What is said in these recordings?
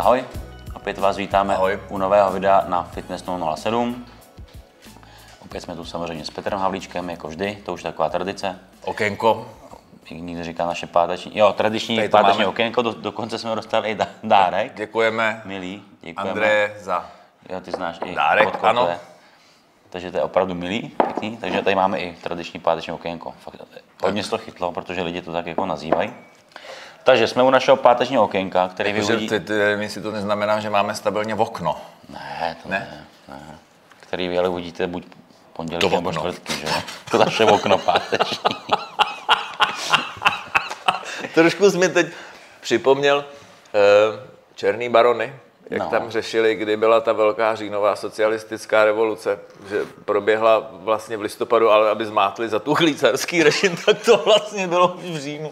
Ahoj, opět vás vítáme u nového videa na Fitness 007. Opět jsme tu samozřejmě s Petrem Havlíčkem, jako vždy, to už je taková tradice. Okénko. Někdo říká naše páteční, tradiční páteční okénko, dokonce jsme dostali i dárek. Děkujeme. Milý, děkujeme. Andreje za ty znáš i dárek, ano. Takže to je opravdu milý, pěkný, takže tady máme i tradiční páteční okénko. Fakt, hodně se to chytlo, protože lidi to tak jako nazývají. Takže jsme u našeho pátečního okénka, který vyhodí... Jestli to neznamená, že máme stabilně v okno. Ne, to ne. Který vy ale uvidíte buď pondělí nebo čtvrtky, že? To naše okno páteční. Trošku jsi mi teď připomněl Černý barony, jak tam řešili, kdy byla ta velká říjnová socialistická revoluce, že proběhla vlastně v listopadu, ale aby zmátli zatuchlý carský režim, tak to vlastně bylo v říjnu.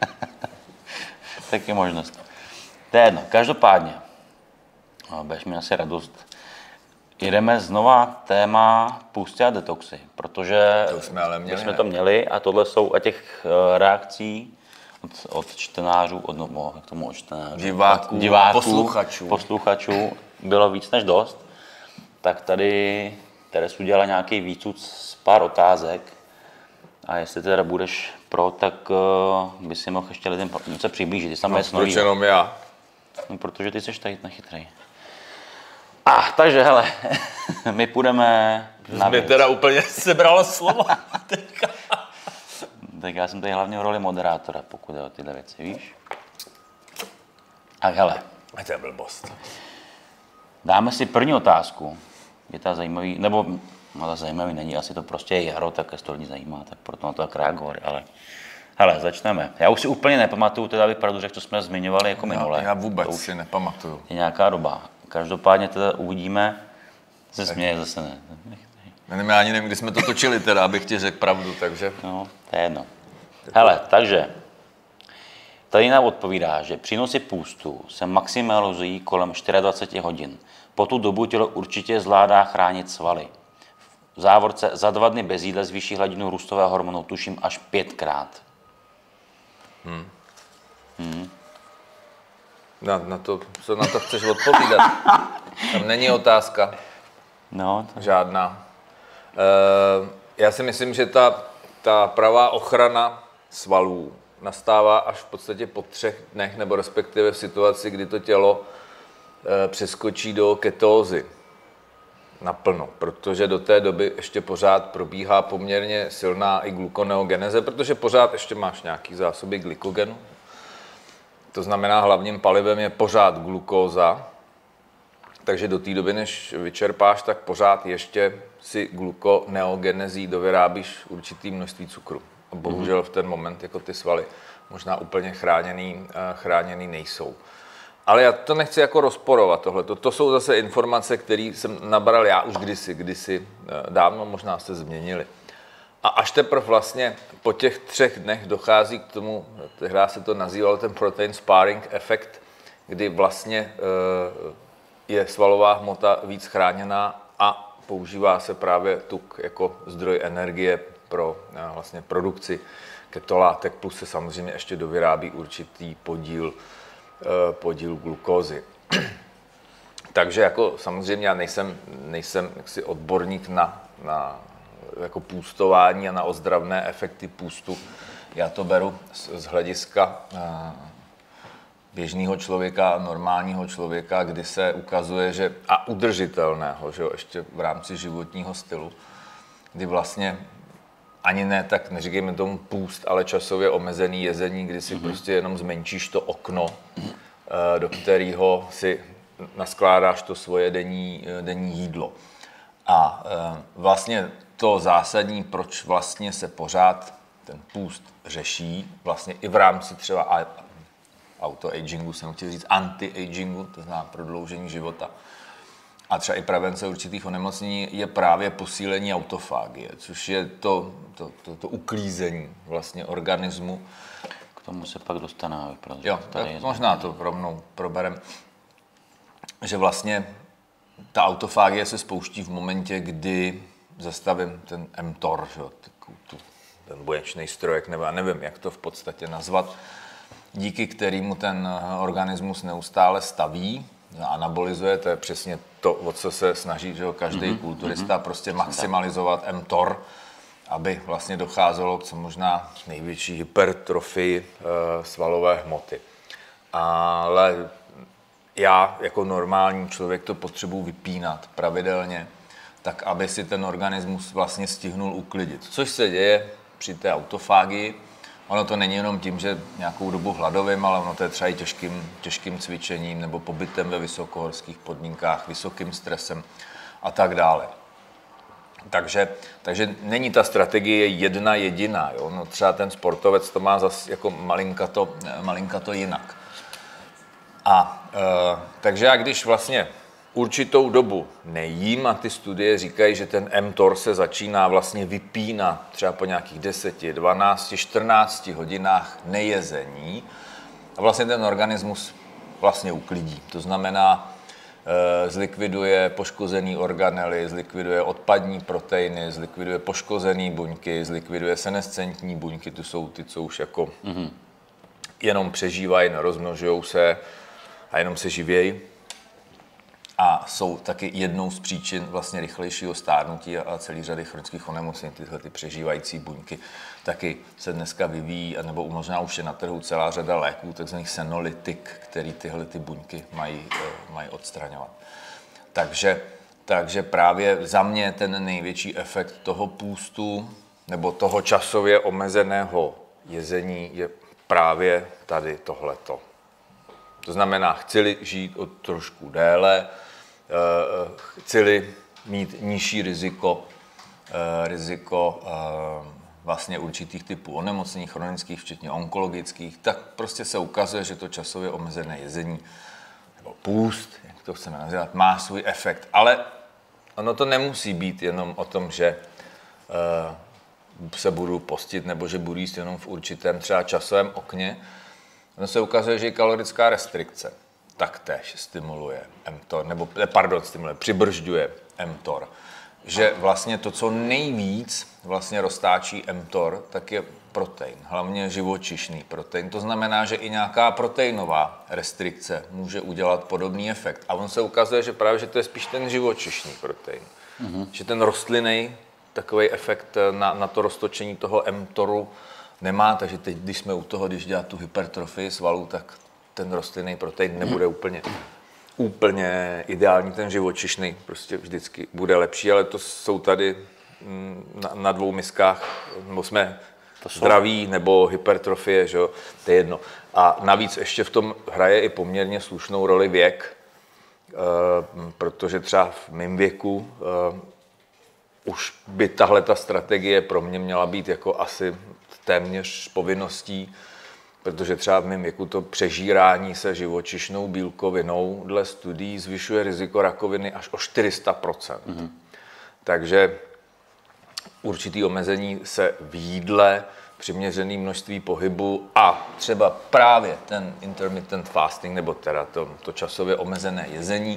Taky možnost. To je jedno. Každopádně, budeš mi asi radost, jdeme znova téma pusty a detoxy, protože jsme to měli a tohle jsou a těch reakcí od čtenářů, od čtenářů, diváků, posluchačů bylo víc než dost, tak tady Teres udělala nějaký výcud z pár otázek a jestli teda budeš pro, tak by si mohl ještě lidem se přiblížit. Ty samé proč jenom já? No, protože ty jsi tady nachytrej. Takže hele, my půjdeme na věc. Mě teda úplně sebrala slova. Tak já jsem tady hlavně v roli moderátora, pokud je o tyhle věci, víš? Tak hele. To je blbost. Dáme si první otázku. Je ta zajímavý, nebo ta zajímavý není, asi to prostě je jaro, tak to lidi zajímá, tak proto na to tak reagovali, ale... Hele, začneme. Já už si úplně nepamatuju, teda bych pravdu řekl, co jsme zmiňovali jako minule. Já vůbec si nepamatuju. Je nějaká doba. Každopádně teda uvidíme, se směje zase ne. Já ani nevím, kdy jsme to točili teda, abych ti řekl pravdu, takže... No, to je jedno. Hele, takže, tady nám odpovídá, že přínosy půstu se maximalizují kolem 24 hodin. Po tu dobu tělo určitě zvládá chránit svaly. V závorce za 2 dny bez jídla zvýší hladinu růstového hormonu, tuším až 5krát. Co na to chceš odpovídat? Tam není otázka. No, žádná. Já si myslím, že ta pravá ochrana svalů nastává až v podstatě po 3 dnech, nebo respektive v situaci, kdy to tělo přeskočí do ketózy naplno, protože do té doby ještě pořád probíhá poměrně silná i glukoneogeneze, protože pořád ještě máš nějaký zásoby glykogenu. To znamená, hlavním palivem je pořád glukóza, takže do té doby, než vyčerpáš, tak pořád ještě si glukoneogenezí dovyrábíš určitý množství cukru. A bohužel v ten moment jako ty svaly možná úplně chráněný nejsou. Ale já to nechci jako rozporovat tohleto. To jsou zase informace, které jsem nabral já už kdysi dávno, možná se změnily. A až teprve vlastně po těch 3 dnech dochází k tomu, tehdy se to nazývalo ten protein sparing efekt, kdy vlastně je svalová hmota víc chráněná a používá se právě tuk jako zdroj energie pro vlastně produkci ketolátek, plus se samozřejmě ještě dovyrábí určitý podíl glukózy. Takže jako samozřejmě já nejsem jaksi odborník na jako půstování a na ozdravné efekty půstu. Já to beru z hlediska běžného člověka, normálního člověka, kdy se ukazuje, že a udržitelného, že jo, ještě v rámci životního stylu, kdy vlastně ani ne, tak neříkejme tomu půst, ale časově omezený jezení, kdy si prostě jenom zmenšíš to okno, do kterého si naskládáš to svoje denní jídlo. A vlastně to zásadní, proč vlastně se pořád ten půst řeší, vlastně i v rámci třeba auto-agingu, jsem chtěl říct anti-agingu, to znamená prodloužení života, a třeba i prevence určitých onemocnění, je právě posílení autofágie, což je to uklízení vlastně organismu. K tomu se pak dostaneme. Jo, možná to rovnou proberem, že vlastně ta autofágie se spouští v momentě, kdy zastavím ten mTOR, ten buněčný strojek, nebo já nevím, jak to v podstatě nazvat, díky kterému ten organismus neustále staví, anabolizuje, to je přesně to, o co se snaží, že každý kulturista, prostě maximalizovat mTOR, aby vlastně docházelo k co možná největší hypertrofii svalové hmoty. Ale já jako normální člověk to potřebuji vypínat pravidelně, tak aby si ten organismus vlastně stihnul uklidit. Což se děje při té autofágii. Ono to není jenom tím, že nějakou dobu hladovým, ale ono to je třeba i těžkým cvičením nebo pobytem ve vysokohorských podmínkách, vysokým stresem a tak dále. Takže není ta strategie jedna jediná. Jo? No třeba ten sportovec to má zase jako malinkato jinak. Takže já když vlastně určitou dobu nejím a ty studie říkají, že ten mTOR se začíná vlastně vypínat třeba po nějakých 10, 12, 14 hodinách nejezení a vlastně ten organismus vlastně uklidí. To znamená, zlikviduje poškozený organely, zlikviduje odpadní proteiny, zlikviduje poškozené buňky, zlikviduje senescentní buňky, to jsou ty, co už jako jenom přežívají, nerozmnožují se a jenom se živějí. A jsou taky jednou z příčin vlastně rychlejšího stárnutí a celý řady chronických onemocnění. Tyhle ty přežívající buňky taky se dneska vyvíjí, nebo možná už je na trhu celá řada léků, takzvaných senolytik, který tyhle ty buňky mají odstraňovat. Takže právě za mě ten největší efekt toho půstu nebo toho časově omezeného jezení je právě tady tohleto. To znamená, chci-li žít o trošku déle, chci-li mít nižší riziko vlastně určitých typů onemocnění chronických, včetně onkologických, tak prostě se ukazuje, že to časově omezené jezení nebo půst, jak to chceme nazývat, má svůj efekt. Ale ono to nemusí být jenom o tom, že se budu postit nebo že budu jíst jenom v určitém třeba časovém okně. Ono se ukazuje, že i kalorická restrikce taktéž stimuluje mTOR, přibržďuje mTOR. Že vlastně to, co nejvíc vlastně roztáčí mTOR, tak je protein, hlavně živočišný protein. To znamená, že i nějaká proteinová restrikce může udělat podobný efekt. A on se ukazuje, že právě že to je spíš ten živočišný protein. Že ten rostlinný takový efekt na to roztočení toho mTORu nemá, takže teď, když jsme u toho, když dělá tu hypertrofii svalů, tak ten rostlinný protein nebude úplně ideální, ten živočišný prostě vždycky bude lepší, ale to jsou tady na dvou miskách, nebo jsme zdraví, nebo hypertrofie, že jo, to je jedno. A navíc ještě v tom hraje i poměrně slušnou roli věk, protože třeba v mém věku už by tahle ta strategie pro mě měla být jako asi téměř povinností, protože třeba v mém věku to přežírání se živočišnou bílkovinou dle studií zvyšuje riziko rakoviny až o 400%. Takže určitý omezení se v jídle, přiměřené množství pohybu a třeba právě ten intermittent fasting, nebo teda to časově omezené jezení,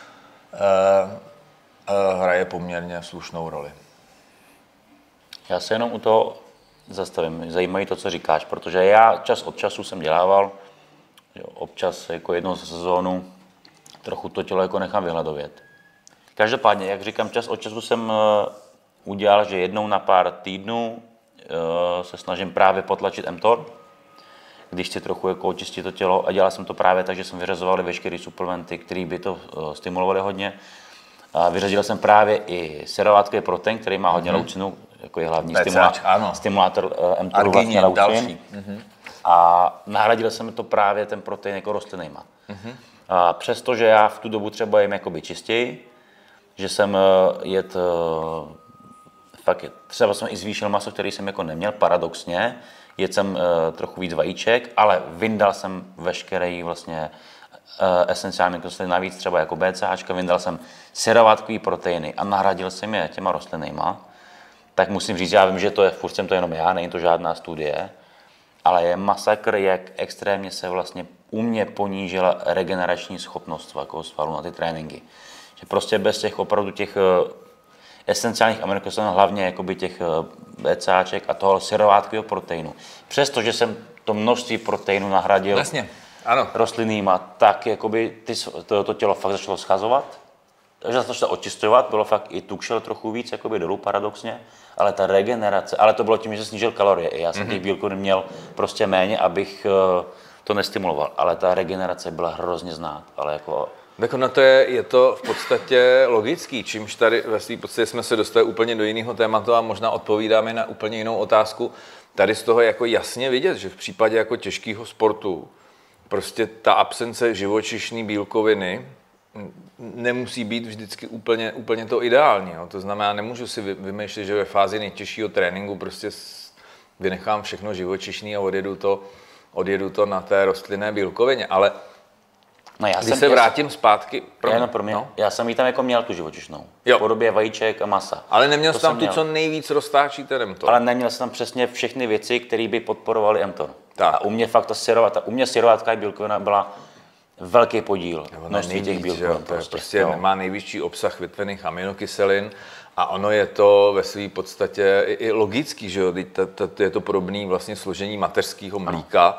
hraje poměrně slušnou roli. Já se jenom u toho zastavím. Zajímají to, co říkáš, protože já čas od času jsem dělával, občas jako jednou sezónu trochu to tělo jako nechám vyhladovět. Každopádně, jak říkám, čas od času jsem udělal, že jednou na pár týdnů se snažím právě potlačit mTOR, když chci trochu jako očistit to tělo, a dělal jsem to právě tak, že jsem vyřazoval veškeré suplementy, které by to stimulovaly hodně. A vyřadil jsem právě i serovátkový protein, který má hodně leucinu, jako je hlavní stimulátor mTORu vlastně leucin. A nahradil jsem to právě ten protein jako rostlinnýma. A přestože já v tu dobu třeba jim jakoby čistěji, že jsem třeba jsem i zvýšil maso, který jsem jako neměl, paradoxně, jedl jsem trochu víc vajíček, ale vyndal jsem veškerý vlastně esenciální kyseliny, navíc třeba jako BCAčka, vyndal jsem serovátkový proteiny a nahradil jsem je těma rostlinnýma. Tak musím říct, já vím, že to je, furt jsem to jenom já, není to žádná studie, ale je masakr, jak extrémně se vlastně u mě ponížila regenerační schopnost svalů na ty tréninky. Že prostě bez těch opravdu těch esenciálních aminokyselin, hlavně jakoby těch BCAček a toho serovátkového proteinu. Přestože jsem to množství proteinu nahradil rostlinnýma, tak jakoby to tělo fakt začalo schazovat, takže se začalo očistovat, bylo fakt i tuk šel trochu víc jakoby dolů paradoxně, ale ta regenerace, ale to bylo tím, že snížil kalorie. Já jsem těch bílkovin měl prostě méně, abych to nestimuloval, ale ta regenerace byla hrozně znát, ale jako... Tak na to je to v podstatě logický, čímž tady ve svým podstatě jsme se dostali úplně do jiného tématu a možná odpovídáme na úplně jinou otázku. Tady z toho je jako jasně vidět, že v případě jako těžkého sportu prostě ta absence živočišné bílkoviny nemusí být vždycky úplně to ideální. Jo. To znamená, nemůžu si vymýšlet, že ve fázi nejtěžšího tréninku prostě vynechám všechno živočišné a odjedu to na té rostlinné bílkovině, ale no když se vrátím zpátky... Já jsem ji tam jako měl tu živočišnou, v podobě vajíček a masa. Ale neměl jsi tam tu, co nejvíc roztáčí ten mTOR. Ale neměl jsem tam přesně všechny věci, které by podporovaly mTOR. A u mě fakt syrovátka i bílkovina byla velký podíl množství těch bílkovin. Prostě nemá nejvyšší obsah větvených aminokyselin a ono je to ve své podstatě i logický, že jo? Je to podobné vlastně složení mateřského mlíka.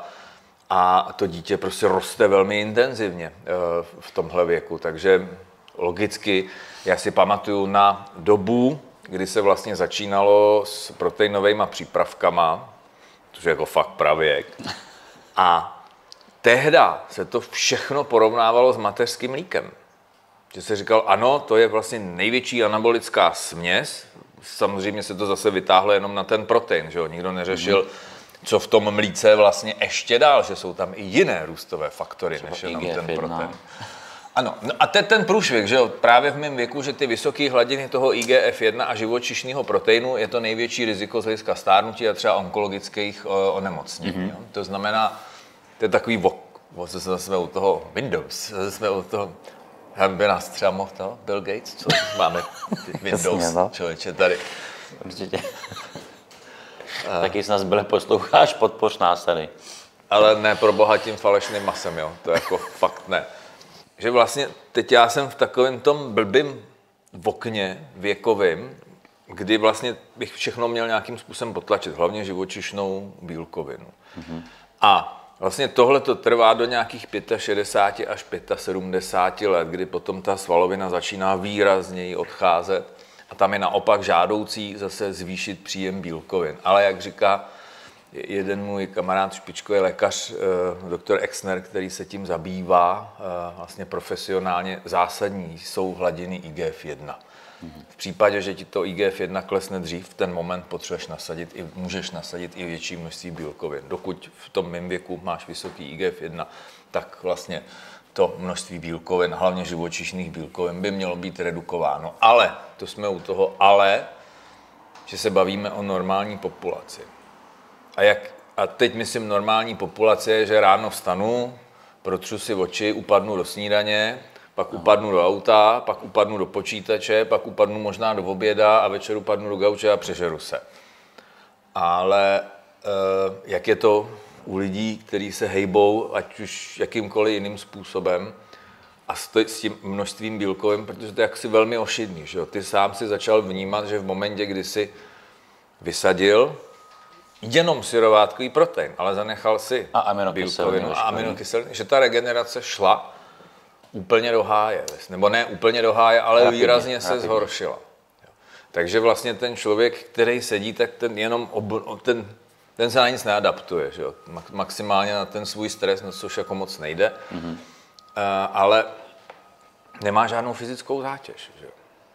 A to dítě prostě roste velmi intenzivně v tomhle věku, takže logicky já si pamatuju na dobu, kdy se vlastně začínalo s proteinovými přípravkama, což je jako fakt pravěk, a tehda se to všechno porovnávalo s mateřským mlíkem. Že se říkal, ano, to je vlastně největší anabolická směs, samozřejmě se to zase vytáhlo jenom na ten protein, že jo, nikdo neřešil, co v tom mlíce vlastně ještě dál, že jsou tam i jiné růstové faktory, než jenom ten protein. Ano, no a ten průšvih, že jo, právě v mém věku, že ty vysoké hladiny toho IGF-1 a živočišného proteinu je to největší riziko z hlediska stárnutí a třeba onkologických onemocnění. To znamená, to je takový jsme u toho Windows, jsme u toho, by nás třeba mohl to, Bill Gates, co máme Windows, člověče tady. Určitě. Taky s nás byli posloucháš, podpoř nás tady. Ale ne pro boha tím falešným masem, jo, to jako fakt ne. Že vlastně teď já jsem v takovém tom blbým okně věkovým, kdy vlastně bych všechno měl nějakým způsobem potlačit, hlavně živočišnou bílkovinu. A vlastně tohle to trvá do nějakých 65 až 75 let, kdy potom ta svalovina začíná výrazněji odcházet. A tam je naopak žádoucí zase zvýšit příjem bílkovin. Ale jak říká jeden můj kamarád, špičkový lékař, doktor Exner, který se tím zabývá vlastně profesionálně, zásadní jsou hladiny IGF-1. V případě, že ti to IGF-1 klesne dřív, v ten moment potřebuješ můžeš nasadit i větší množství bílkovin. Dokud v tom mém věku máš vysoký IGF-1, tak vlastně to množství bílkovin, hlavně živočišných bílkovin, by mělo být redukováno. Ale, to jsme u toho, že se bavíme o normální populaci. A teď myslím normální populace je, že ráno vstanu, protřu si oči, upadnu do snídaně, pak upadnu do auta, pak upadnu do počítače, pak upadnu možná do oběda a večer upadnu do gauče a přežeru se. Ale jak je to u lidí, kteří se hejbou, ať už jakýmkoliv jiným způsobem a s tím množstvím bílkovin, protože to je jaksi velmi ošidný. Že jo? Ty sám si začal vnímat, že v momentě, kdy jsi vysadil jenom syrovátkový protein, ale zanechal si bílkovinu a aminokyseliny, že ta regenerace šla úplně do háje, nebo ne úplně do háje, ale výrazně se zhoršila. Takže vlastně ten člověk, který sedí, tak ten se na nic neadaptuje, že jo? Maximálně na ten svůj stres, na což jako moc nejde, ale nemá žádnou fyzickou zátěž. Že jo?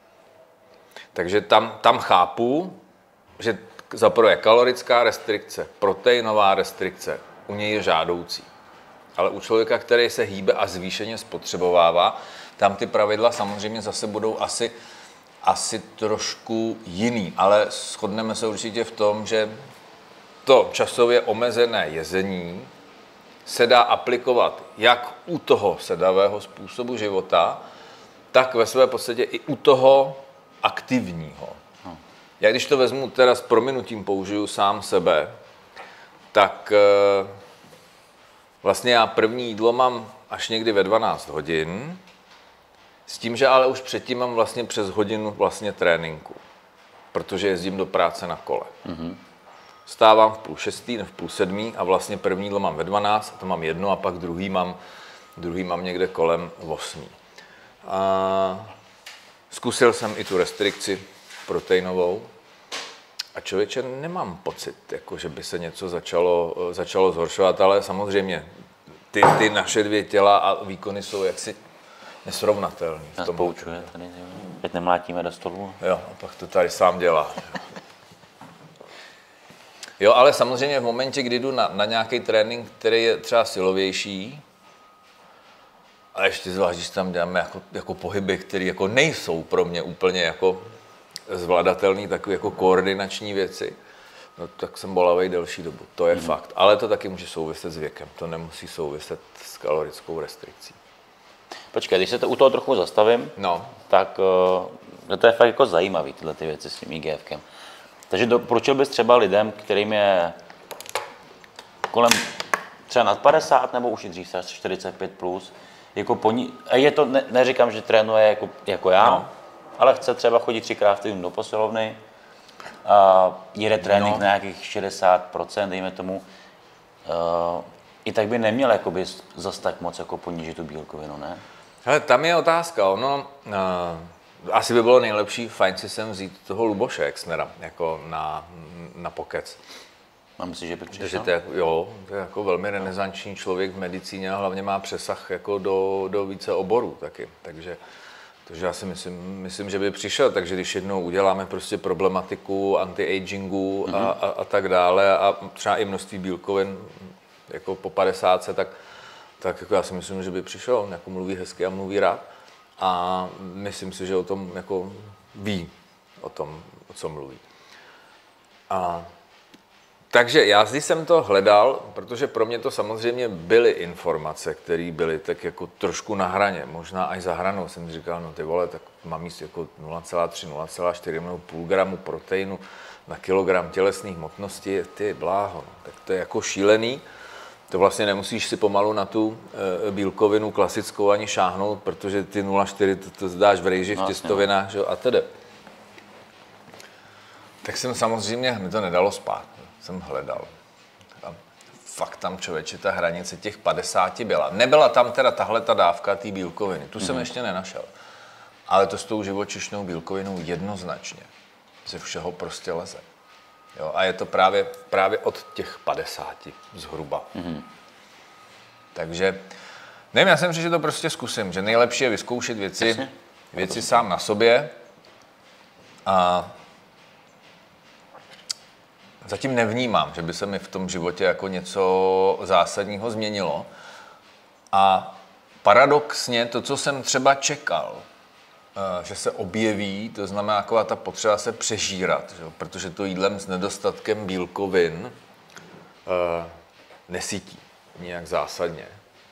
Takže tam chápu, že zaprvé kalorická restrikce, proteinová restrikce u něj je žádoucí. Ale u člověka, který se hýbe a zvýšeně spotřebovává, tam ty pravidla samozřejmě zase budou asi trošku jiný, ale shodneme se určitě v tom, že to časově omezené jezení se dá aplikovat jak u toho sedavého způsobu života, tak ve své podstatě i u toho aktivního. Já když to vezmu teda s prominutím, použiju sám sebe, tak vlastně já první jídlo mám až někdy ve 12 hodin, s tím, že ale už předtím mám vlastně přes hodinu vlastně tréninku, protože jezdím do práce na kole. Vstávám v 5:30 nebo v 5:30 a vlastně první jídlo mám ve 12, a to mám jedno a pak druhý mám někde kolem 8. A zkusil jsem i tu restrikci proteinovou a člověče nemám pocit, jako, že by se něco začalo zhoršovat, ale samozřejmě ty naše dvě těla a výkony jsou jaksi nesrovnatelný. Nás poučuje tady, teď nemlátíme do stolu. Jo, a pak to tady sám dělá. Jo, ale samozřejmě v momentě, kdy jdu na nějaký trénink, který je třeba silovější, a ještě zvlášť, když tam děláme jako pohyby, které jako nejsou pro mě úplně jako zvladatelné, takové jako koordinační věci, no tak jsem bolavej delší dobu, to je fakt. Ale to taky může souviset s věkem, to nemusí souviset s kalorickou restrikcí. Počkej, když se to u toho trochu zastavím, tak to je fakt jako zajímavý, tyhle ty věci s tím IGFkem. Takže doporučil bys třeba lidem, kterým je kolem třeba nad 50 nebo už i dřív 45 plus, jako a je to, neříkám, že trénuje jako já, ale chce třeba chodit 3krát v týdnu do posilovny, a jede trénink na nějakých 60%, dejme tomu, i tak by neměl jakoby zas tak moc jako ponížit tu bílkovinu, ne? Hele, tam je otázka, asi by bylo nejlepší, fajn si sem vzít toho Luboše Exnera, jako na pokec. Mám si, že by přišel? To je jako velmi renesanční člověk v medicíně a hlavně má přesah jako do více oborů taky, takže já si myslím, že by přišel, takže když jednou uděláme prostě problematiku anti-agingu a tak dále a třeba i množství bílkovin jako po 50, tak jako já si myslím, že by přišel, on jako mluví hezky a mluví rád a myslím si, že o tom jako ví, o co mluví. Takže já když jsem to hledal, protože pro mě to samozřejmě byly informace, které byly tak jako trošku na hraně, možná až za hranou. Jsem říkal, no ty vole, tak mám jíst jako 0,3, 0,4 nebo půl gramu proteinu na kilogram tělesné hmotnosti, ty bláho, no, tak to je jako šílený. To vlastně nemusíš si pomalu na tu bílkovinu klasickou ani šáhnout, protože ty 0,4 to zdáš v rejži, v těstovinách, že? A tedy. Tak jsem samozřejmě, mi to nedalo spát. Jsem hledal. A fakt tam člověče ta hranice těch 50 byla. Nebyla tam teda tahle ta dávka té bílkoviny. Tu jsem ještě nenašel. Ale to s tou živočišnou bílkovinou jednoznačně ze všeho prostě leze. Jo, a je to právě od těch 50 zhruba. Takže nevím, já jsem říct, že to prostě zkusím. Že nejlepší je vyzkoušet věci sám na sobě. A zatím nevnímám, že by se mi v tom životě jako něco zásadního změnilo. A paradoxně to, co jsem třeba čekal, že se objeví, to znamená taková ta potřeba se přežírat, že? Protože to jídlem s nedostatkem bílkovin nesytí nijak zásadně.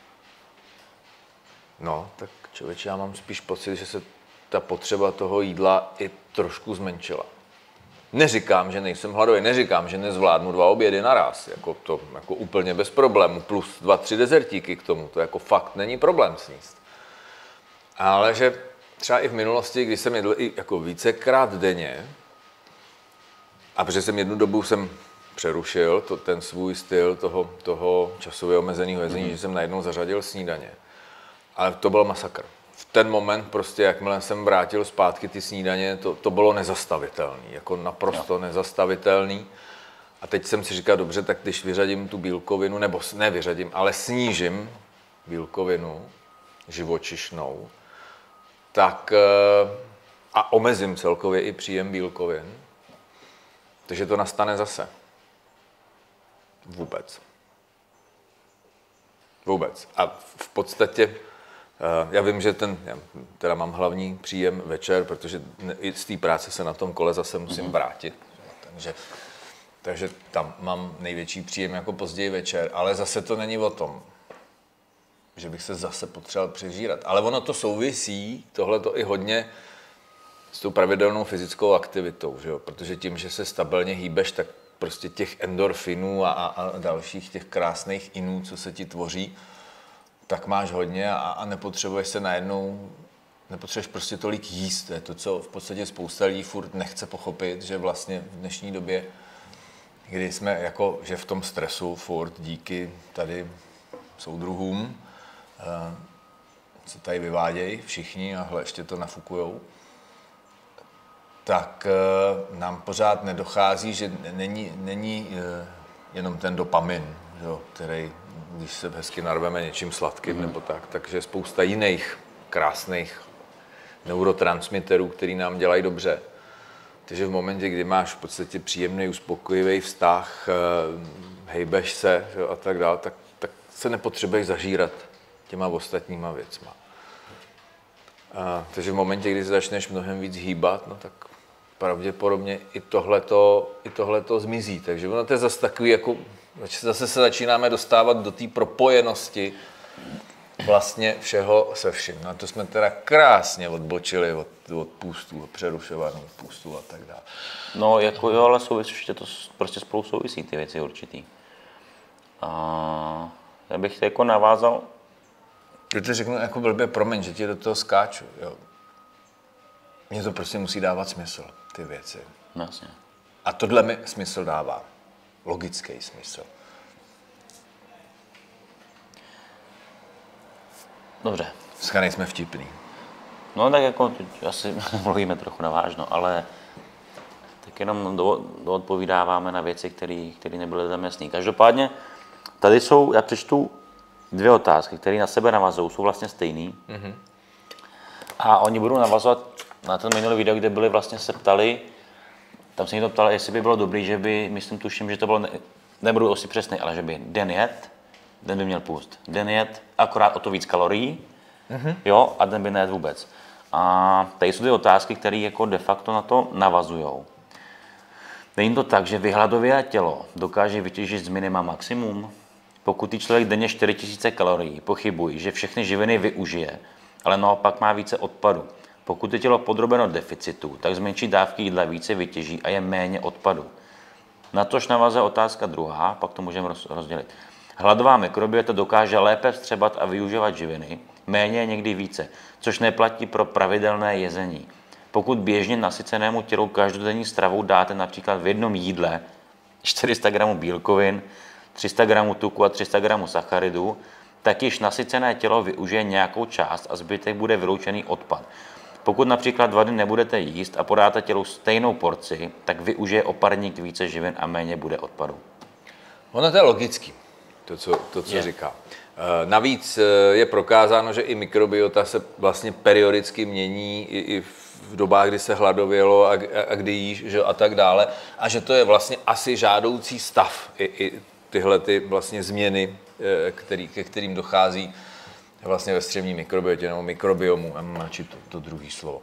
No, tak člověče, já mám spíš pocit, že se ta potřeba toho jídla i trošku zmenšila. Neříkám, že nejsem hladový, neříkám, že nezvládnu 2 obědy naraz, jako to jako úplně bez problému, plus 2-3 dezertíky k tomu, to jako fakt není problém sníst. Ale že třeba i v minulosti, když jsem jedl i jako vícekrát denně, a protože jsem jednu dobu přerušil ten svůj styl toho časově omezeného jezení, že jsem najednou zařadil snídaně. Ale to byl masakr. V ten moment prostě, jakmile jsem vrátil zpátky ty snídaně, to bylo nezastavitelný, jako naprosto nezastavitelný. A teď jsem si říkal, dobře, tak když vyřadím tu bílkovinu, nebo ne vyřadím, ale snížím bílkovinu živočišnou, tak a omezím celkově i příjem bílkovin, takže to nastane zase. Vůbec. A v podstatě já vím, že já teda mám hlavní příjem večer, protože i z té práce se na tom kole zase musím vrátit. Takže tam mám největší příjem jako později večer, ale zase to není o tom, že bych se zase potřeboval přežírat. Ale ono to souvisí, tohle to i hodně s tou pravidelnou fyzickou aktivitou, že jo? Protože tím, že se stabilně hýbeš, tak prostě těch endorfinů a dalších těch krásných inů, co se ti tvoří, tak máš hodně a nepotřebuješ se najednou, nepotřebuješ prostě tolik jíst. To je to, co v podstatě spousta lidí furt nechce pochopit, že vlastně v dnešní době kdy jsme jako, že v tom stresu furt díky tady soudruhům se tady vyvádějí všichni a ještě to nafukujou, tak nám pořád nedochází, že není jenom ten dopamin, jo, který, když se hezky narveme něčím sladkým nebo tak, takže spousta jiných krásných neurotransmiterů, který nám dělají dobře. Takže v momentě, kdy máš v podstatě příjemný, uspokojivý vztah, hejbeš se, jo, a tak dále, tak se nepotřebuješ zažírat těma ostatníma věcma. Takže v momentě, kdy se začneš mnohem víc hýbat, no tak pravděpodobně i tohleto zmizí. Takže ono to je zase takový, jako, zase se začínáme dostávat do té propojenosti vlastně všeho se vším. Na to jsme teda krásně odbočili od půstů, přerušovaných půstů a tak dále. No, jako jo, ale souvisí, to prostě spolu souvisí ty věci určitý. Já bych to jako navázal. Když to řeknu jako blbě, promiň, že ti do toho skáču, jo. Mně to prostě musí dávat smysl, ty věci. No, jasně. A tohle mi smysl dává. Logický smysl. Dobře. Dneska nejsme vtipný. No tak jako, asi mluvíme trochu navážno, ale tak jenom doodpovídáváme na věci, které nebyly tam jasné. Každopádně, tady jsou, já přečtu 2 otázky, které na sebe navazují, jsou vlastně stejný. Mm-hmm. A oni budou navazovat na ten minulý video, kde byli vlastně se ptali, tam se někdo ptal, jestli by bylo dobrý, že by, tuším, že to bylo, nebudu asi přesný, ale že by den by měl půst. Den jet akorát o to víc kalorií, jo, a den by nejet vůbec. A tady jsou ty otázky, které jako de facto na to navazujou. Není to tak, že vyhladovělé tělo dokáže vytěžit z minima maximum? Pokud člověk denně 4000 kalorií, pochybuji, že všechny živiny využije, ale naopak má více odpadu. Pokud je tělo podrobeno deficitu, tak z menší dávky jídla více vytěží a je méně odpadu. Na tož navazuje otázka druhá, pak to můžeme rozdělit. Hladová mikrobiota dokáže lépe vstřebat a využívat živiny, méně někdy více, což neplatí pro pravidelné jezení. Pokud běžně nasycenému tělu každodenní stravou dáte například v jednom jídle 400 g bílkovin, 300 g tuku a 300 g sacharidů, tak již nasycené tělo využije nějakou část a zbytek bude vyloučený odpad. Pokud například 2 dny nebudete jíst a podáte tělu stejnou porci, tak využije o parník více živin a méně bude odpadu. Ono to je logický, to co říká. Navíc je prokázáno, že i mikrobiota se vlastně periodicky mění i v dobách, kdy se hladovělo a kdy jíš, že, a tak dále. A že to je vlastně asi žádoucí stav i tyhle ty vlastně změny, ke kterým dochází vlastně ve střevní mikrobiotě nebo mikrobiomu, či to druhý slovo.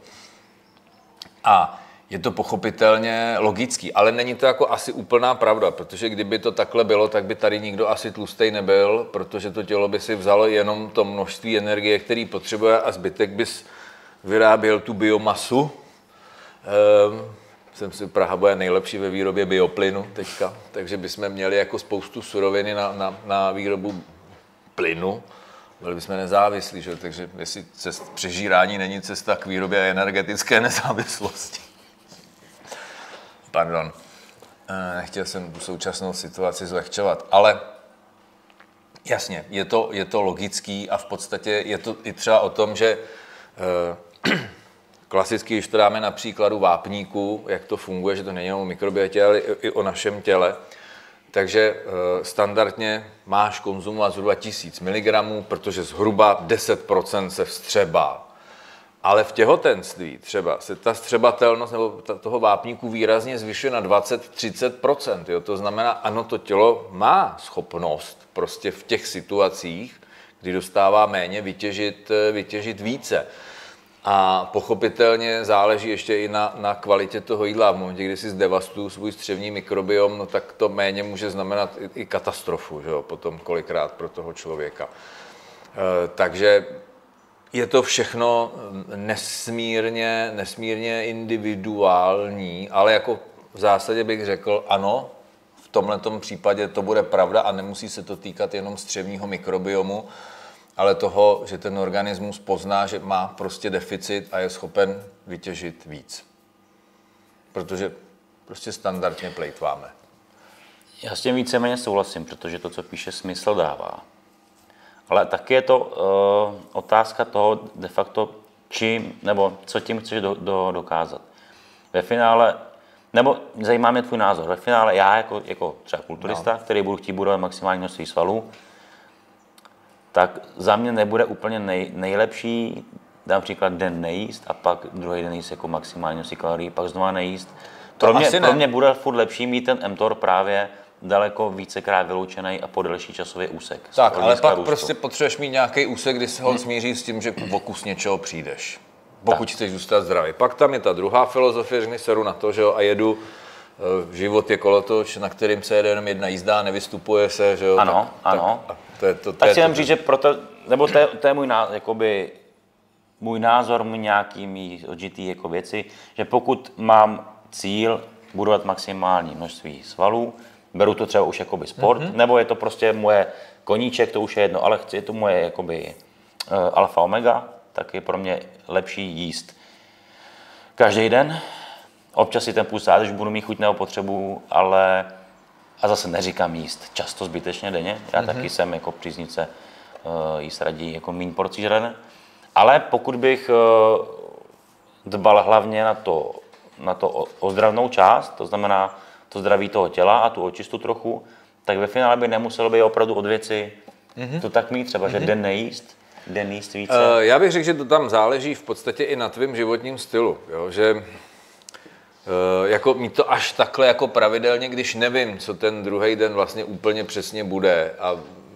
A je to pochopitelně logický, ale není to jako asi úplná pravda, protože kdyby to takhle bylo, tak by tady nikdo asi tlustej nebyl, protože to tělo by si vzalo jenom to množství energie, který potřebuje a zbytek bys vyráběl tu biomasu. Praha bude nejlepší ve výrobě bioplynu teďka, takže bychom měli jako spoustu suroviny na výrobu plynu. Byli bychom nezávislí, že? Takže jestli přežírání není cesta k výrobě energetické nezávislosti. Pardon, nechtěl jsem tu současnou situaci zlehčovat, ale jasně, je to logický a v podstatě je to i třeba o tom, že klasicky, když to dáme na příkladu vápníku, jak to funguje, že to není jenom o mikrobiotě, ale i o našem těle, takže standardně máš konzumovat zhruba 1000 mg, protože zhruba 10% se vstřebá. Ale v těhotenství třeba se ta vstřebatelnost nebo toho vápníku výrazně zvyšuje na 20-30%. Jo? To znamená, ano, to tělo má schopnost prostě v těch situacích, kdy dostává méně, vytěžit více. A pochopitelně záleží ještě i na kvalitě toho jídla. V momentě, kdy si zdevastuju svůj střevní mikrobiom, no tak to méně může znamenat i katastrofu, že jo? Potom kolikrát pro toho člověka. Takže je to všechno nesmírně individuální, ale jako v zásadě bych řekl ano, v tomhletom případě to bude pravda a nemusí se to týkat jenom střevního mikrobiomu, ale toho, že ten organismus pozná, že má prostě deficit a je schopen vytěžit víc. Protože prostě standardně plejtváme. Já s tím víceméně souhlasím, protože to, co píše, smysl dává. Ale taky je to otázka toho de facto, čím, nebo co tím chceš dokázat. Ve finále, nebo zajímá mě tvůj názor, ve finále já jako třeba kulturista, který budu chtít budovat maximální množství svalů, tak za mě nebude úplně nejlepší například den nejíst a pak druhý den jíst jako maximální množství kalorií, pak znova nejíst. Pro mě bude furt lepší mít ten mTOR právě daleko vícekrát vyloučený a po delší časový úsek. Tak, ale pak růstu. Prostě potřebuješ mít nějaký úsek, kdy se ho smíří s tím, že o kus něčeho přijdeš. Pokud chceš zůstat zdravý. Pak tam je ta druhá filozofie, řekni seru na to, že jo, a jedu, život je kolotoč, na kterým se jede jenom jedna jízda, nevystupuje se, že jo. Ano, ano. Tak si jen říct, že proto, nebo to je můj názor, nějaký mý odžitý jako věci, že pokud mám cíl budovat maximální množství svalů, beru to třeba už jakoby sport, nebo je to prostě moje koníček, to už je jedno, ale je to moje jakoby alfa omega, tak je pro mě lepší jíst každý den. Občas si ten půl stát, když budu mít chuť nebo potřebu, ale a zase neříkám jíst často zbytečně denně. Já taky jsem jako příznivce jíst raději jako míň porcí žrané. Ale pokud bych dbal hlavně na to ozdravnou část, to znamená to zdraví toho těla a tu očistu trochu, tak ve finále by nemuselo být opravdu od věci to tak mít, třeba, že den nejíst, den jíst více. Já bych řekl, že to tam záleží v podstatě i na tvém životním stylu, jo? Že jako mít to až takhle jako pravidelně, když nevím, co ten druhý den vlastně úplně přesně bude a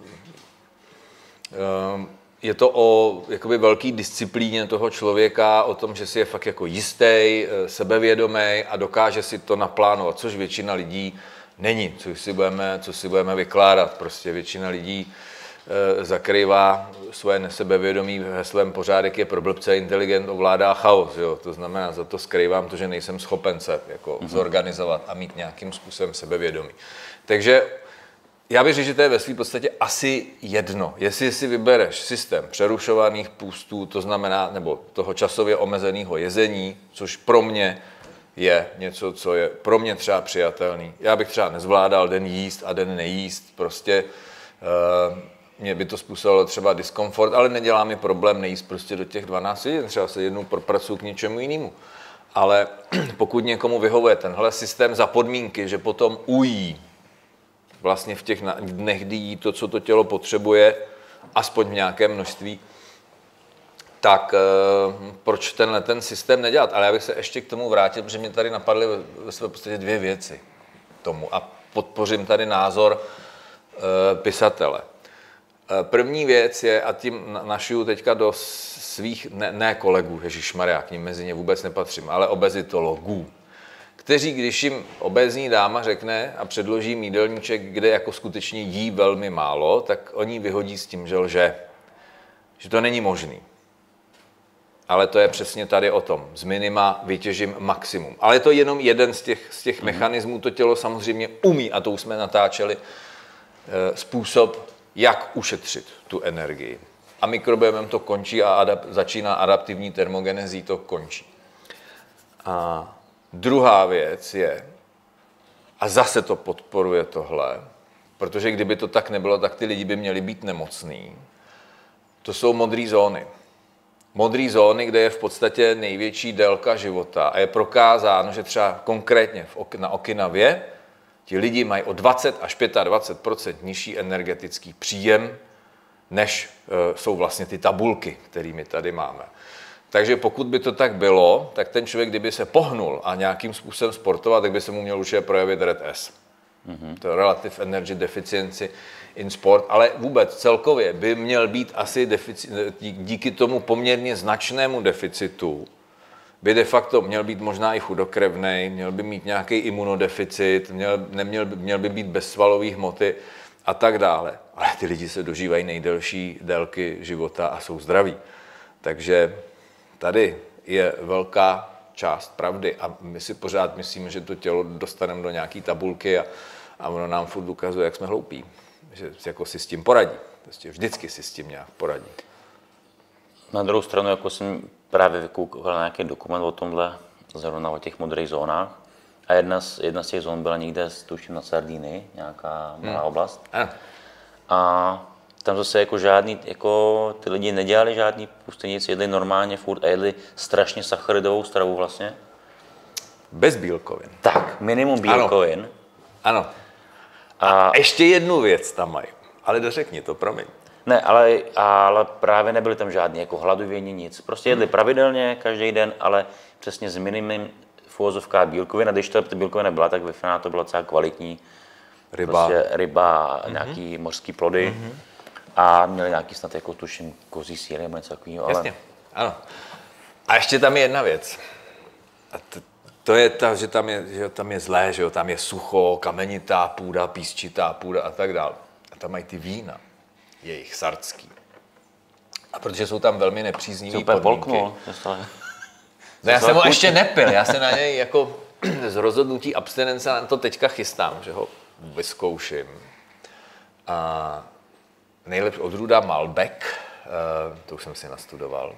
je to o jakoby velký disciplíně toho člověka, o tom, že si je fakt jako jistý, sebevědomý a dokáže si to naplánovat, což většina lidí není, co si budeme vykládat. Prostě většina lidí zakrývá svoje nesebevědomí heslem pořádek je pro blbce, inteligent ovládá chaos. Jo? To znamená, za to skrývám to, že nejsem schopen se jako zorganizovat a mít nějakým způsobem sebevědomí. Takže já bych řekl, že to je ve své podstatě asi jedno. Jestli si vybereš systém přerušovaných půstů, to znamená, nebo toho časově omezeného jezení, což pro mě je něco, co je pro mě třeba přijatelný. Já bych třeba nezvládal den jíst a den nejíst, prostě mě by to způsobilo třeba diskomfort, ale nedělá mi problém nejíst prostě do těch 12 hodin, třeba se jednou propracuju k něčemu jinému. Ale pokud někomu vyhovuje tenhle systém za podmínky, že potom ují, vlastně v těch dnech, kdy jí to, co to tělo potřebuje, aspoň v nějakém množství, tak proč ten systém nedělat? Ale já bych se ještě k tomu vrátil, protože mě tady napadly ve své podstatě dvě věci tomu a podpořím tady názor pisatele. První věc je, a tím našiju teďka do svých, ne kolegů, ježišmarja, k ním mezi ně vůbec nepatřím, ale obezitologů, kteří, když jim obézní dáma řekne a předloží jídelníček, kde jako skutečně jí velmi málo, tak oni vyhodí s tím, že lže. Že to není možný. Ale to je přesně tady o tom. Z minima vytěžím maximum. Ale je to jenom jeden z těch mechanismů. To tělo samozřejmě umí, a to už jsme natáčeli, způsob, jak ušetřit tu energii. A mikrobiomem to končí a začíná adaptivní termogenezí, to končí. A druhá věc je, a zase to podporuje tohle, protože kdyby to tak nebylo, tak ty lidi by měli být nemocný. To jsou modré zóny. Modré zóny, kde je v podstatě největší délka života a je prokázáno, že třeba konkrétně na Okinavě ti lidi mají o 20 až 25% nižší energetický příjem, než jsou vlastně ty tabulky, které my tady máme. Takže pokud by to tak bylo, tak ten člověk, kdyby se pohnul a nějakým způsobem sportovat, tak by se mu měl určitě projevit RED-S. To je Relative Energy Deficiency in Sport, ale vůbec celkově by měl být asi díky tomu poměrně značnému deficitu, by de facto měl být možná i chudokrevnej, měl by mít nějaký imunodeficit, měl by být bez svalové hmoty a tak dále. Ale ty lidi se dožívají nejdelší délky života a jsou zdraví. Takže tady je velká část pravdy a my si pořád myslíme, že to tělo dostaneme do nějaký tabulky a ono nám furt ukazuje, jak jsme hloupí. Že jako si s tím poradí. Prostě vždycky si s tím nějak poradí. Na druhou stranu, jako jsem právě vykoukal na nějaký dokument o tomhle, zrovna o těch modrých zónách, A jedna z těch zón byla někde, tuším, na Sardinii, nějaká malá oblast. A tam zase jako žádný, jako ty lidi nedělali žádný pustěnic, jedli normálně furt a jedli strašně sacharidovou stravu vlastně. Bez bílkovin. Tak, minimum bílkovin. Ano. A ještě jednu věc tam mají, ale dořekni to, promiň. Ne, ale právě nebyly tam žádný jako hladovění, nic. Prostě jedli pravidelně, každý den, ale přesně s minimum v uvozovkách bílkovin. A když to ty bílkovina byla, tak ve finále to byla celá kvalitní ryba, nějaký mořský plody. A měli nějaký snad jako tuším kozí sýr nebo něco takového. Jasně, ano. A ještě tam je jedna věc. A to je ta, že tam je zlé, že jo? Tam je sucho, kamenitá půda, písčitá půda a tak dále. A tam mají ty vína, jejich sardský. A protože jsou tam velmi nepříznivý podmínky. No já jsem ho ještě nepil, já se na něj jako z rozhodnutí abstinence na to teďka chystám, že ho vyzkouším. A nejlepší odrůda Malbec, to už jsem si nastudoval.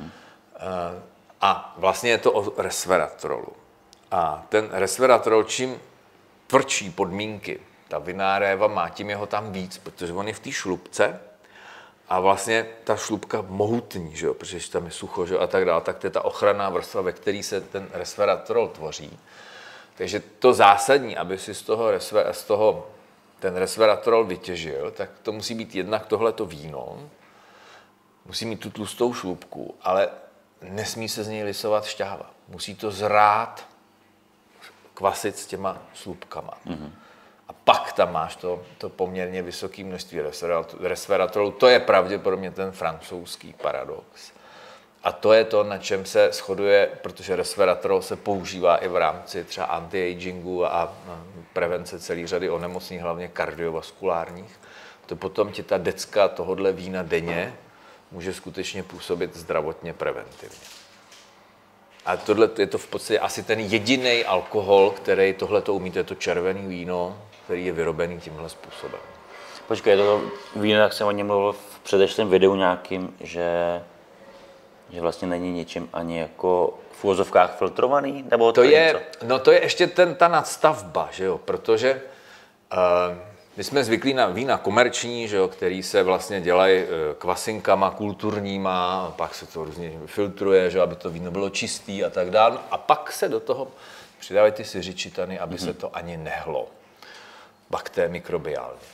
A vlastně je to o resveratrolu. A ten resveratrol, čím tvrdší podmínky ta vinná réva má, tím je ho tam víc, protože on je v té šlupce a vlastně ta šlupka mohutní, že jo, protože tam je sucho, že jo, a tak dále, tak to je ta ochranná vrstva, ve které se ten resveratrol tvoří. Takže to zásadní, aby si z toho ten resveratrol vytěžil, tak to musí být jednak tohleto víno, musí mít tu tlustou šlupku, ale nesmí se z něj lisovat šťáva. Musí to zrát, kvasit s těma slupkama. A pak tam máš to poměrně vysoké množství resveratrolu. To je pravděpodobně ten francouzský paradox. A to je to, na čem se shoduje, protože resveratrol se používá i v rámci třeba anti-agingu a prevence celé řady onemocnění, hlavně kardiovaskulárních. To potom ti ta decka tohodle vína denně může skutečně působit zdravotně preventivně. A tohle je to v podstatě asi ten jediný alkohol, který tohleto umí, to je to červený víno, který je vyrobený tímhle způsobem. Počkej, to víno, jak jsem o něm mluvil v předešlém videu nějakým, že vlastně není ničím ani jako v uvozovkách filtrovaný? Nebo to je ještě ta nadstavba, že jo, protože my jsme zvyklí na vína komerční, že jo, který se vlastně dělají kvasinkama kulturníma, a pak se to různě filtruje, že jo, aby to víno bylo čistý a tak dále. A pak se do toho přidávají ty siřičitany, aby se to ani nehlo mikrobiálně.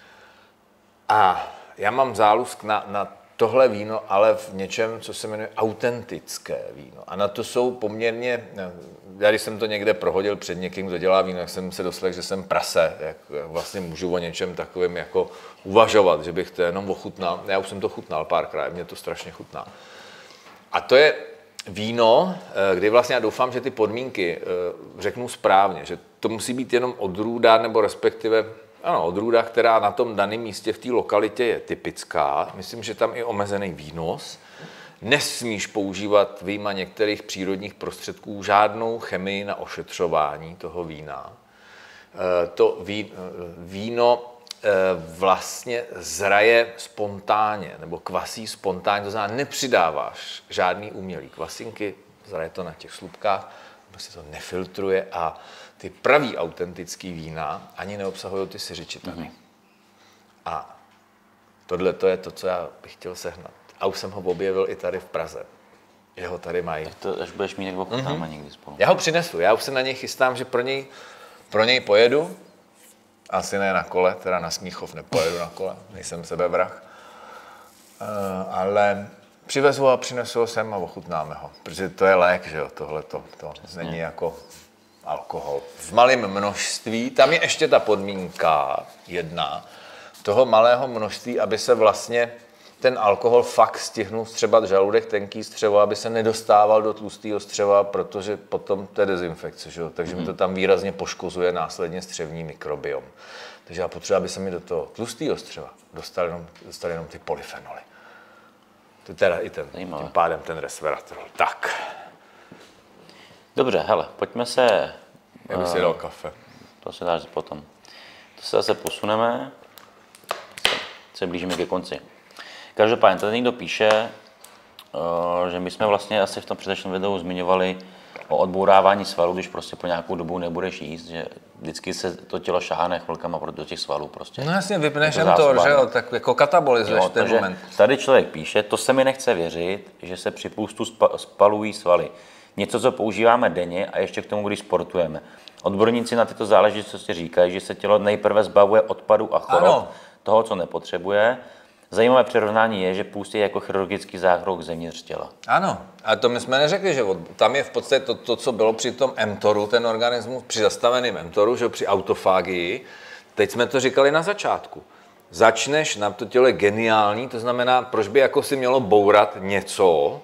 A já mám zálusk na tohle víno, ale v něčem, co se jmenuje autentické víno. A na to jsou poměrně, já když jsem to někde prohodil před někým, kdo dělá víno, tak jsem se doslechl, že jsem prase, jak vlastně můžu o něčem takovým jako uvažovat, že bych to jenom ochutnal. Já už jsem to chutnal párkrát, mě to strašně chutná. A to je víno, kdy vlastně já doufám, že ty podmínky řeknu správně, že to musí být jenom odrůda, nebo respektive odrůda, která na tom daném místě v té lokalitě je typická. Myslím, že tam je omezený výnos. Nesmíš používat vyjma některých přírodních prostředků žádnou chemii na ošetřování toho vína. To víno vlastně zraje spontánně, nebo kvasí spontánně, to znamená, nepřidáváš žádný umělý kvasinky, zraje to na těch slupkách, prostě to nefiltruje a ty pravý autentický vína ani neobsahují ty siřičitany. A tohle to je to, co já bych chtěl sehnat. A už jsem ho objevil i tady v Praze. Že ho tady mají. Až budeš mít, tak ochutnáme někdy spolu. Já ho přinesu. Já už se na něj chystám, že pro něj pojedu. Asi ne na kole, teda na Smíchov nepojedu na kole. Nejsem sebevrah. Ale přivezu a přinesu ho sem a ochutnáme ho. Protože to je lék, že jo, tohleto. To není jako alkohol. V malém množství, tam je ještě ta podmínka jedna, toho malého množství, aby se vlastně ten alkohol fakt stihnul střebat žaludek, tenký střevo, aby se nedostával do tlustého střeva, protože potom to je dezinfekce, že jo? Takže mi to tam výrazně poškozuje následně střevní mikrobiom. Takže já potřebuji, aby se mi do toho tlustého střeva dostali jenom ty polyfenoly. To je teda i tím pádem ten resveratrol. Tak. Dobře, hele, pojďme se... Já bych si dal kafe. To se dáš potom. To se zase posuneme. Se blížíme ke konci. Každopádně, tady někdo píše, že my jsme vlastně asi v tom předešlém videu zmiňovali o odbourávání svalů, když prostě po nějakou dobu nebudeš jíst, že vždycky se to tělo šáhne chvilkama do těch svalů prostě. No jasně, vypneš mTOR, že jo, tak jako katabolizuješ ten moment. Tady člověk píše, to se mi nechce věřit, že se při půstu spalují svaly. Něco, co používáme denně a ještě k tomu, když sportujeme. Odborníci na tyto záležitosti říkají, že se tělo nejprve zbavuje odpadu a chorob, toho, co nepotřebuje. Zajímavé přirovnání je, že půst je jako chirurgický zákrok zevnitř těla. Ano, a to my jsme neřekli, že tam je v podstatě to, co bylo při tom mTORu, ten organismus, při zastaveném mTORu, že při autofágii. Teď jsme to říkali na začátku. Začneš, na to tělo je geniální, to znamená, proč by jako si mělo bourat něco,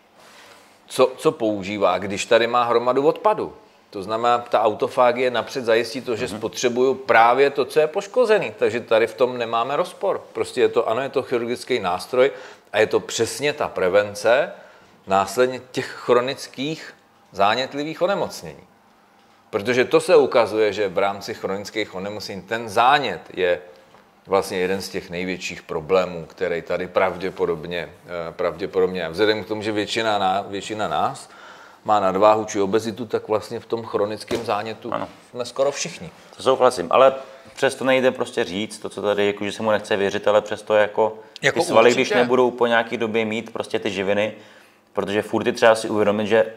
co používá, když tady má hromadu odpadu. To znamená, ta autofágie napřed zajistí to, že spotřebuju právě to, co je poškozený. Takže tady v tom nemáme rozpor. Prostě je to, ano, je to chirurgický nástroj a je to přesně ta prevence následně těch chronických zánětlivých onemocnění. Protože to se ukazuje, že v rámci chronických onemocnění ten zánět je vlastně jeden z těch největších problémů, který tady pravděpodobně je. Vzhledem k tomu, že většina nás má nadváhu či obezitu, tak vlastně v tom chronickém zánětu jsme skoro všichni. To souhlasím, ale přesto nejde prostě říct, to, co tady, jako, že se mu nechce věřit, ale přesto jako ty svaly, když nebudou po nějaký době mít prostě ty živiny, protože furt je třeba si uvědomit, že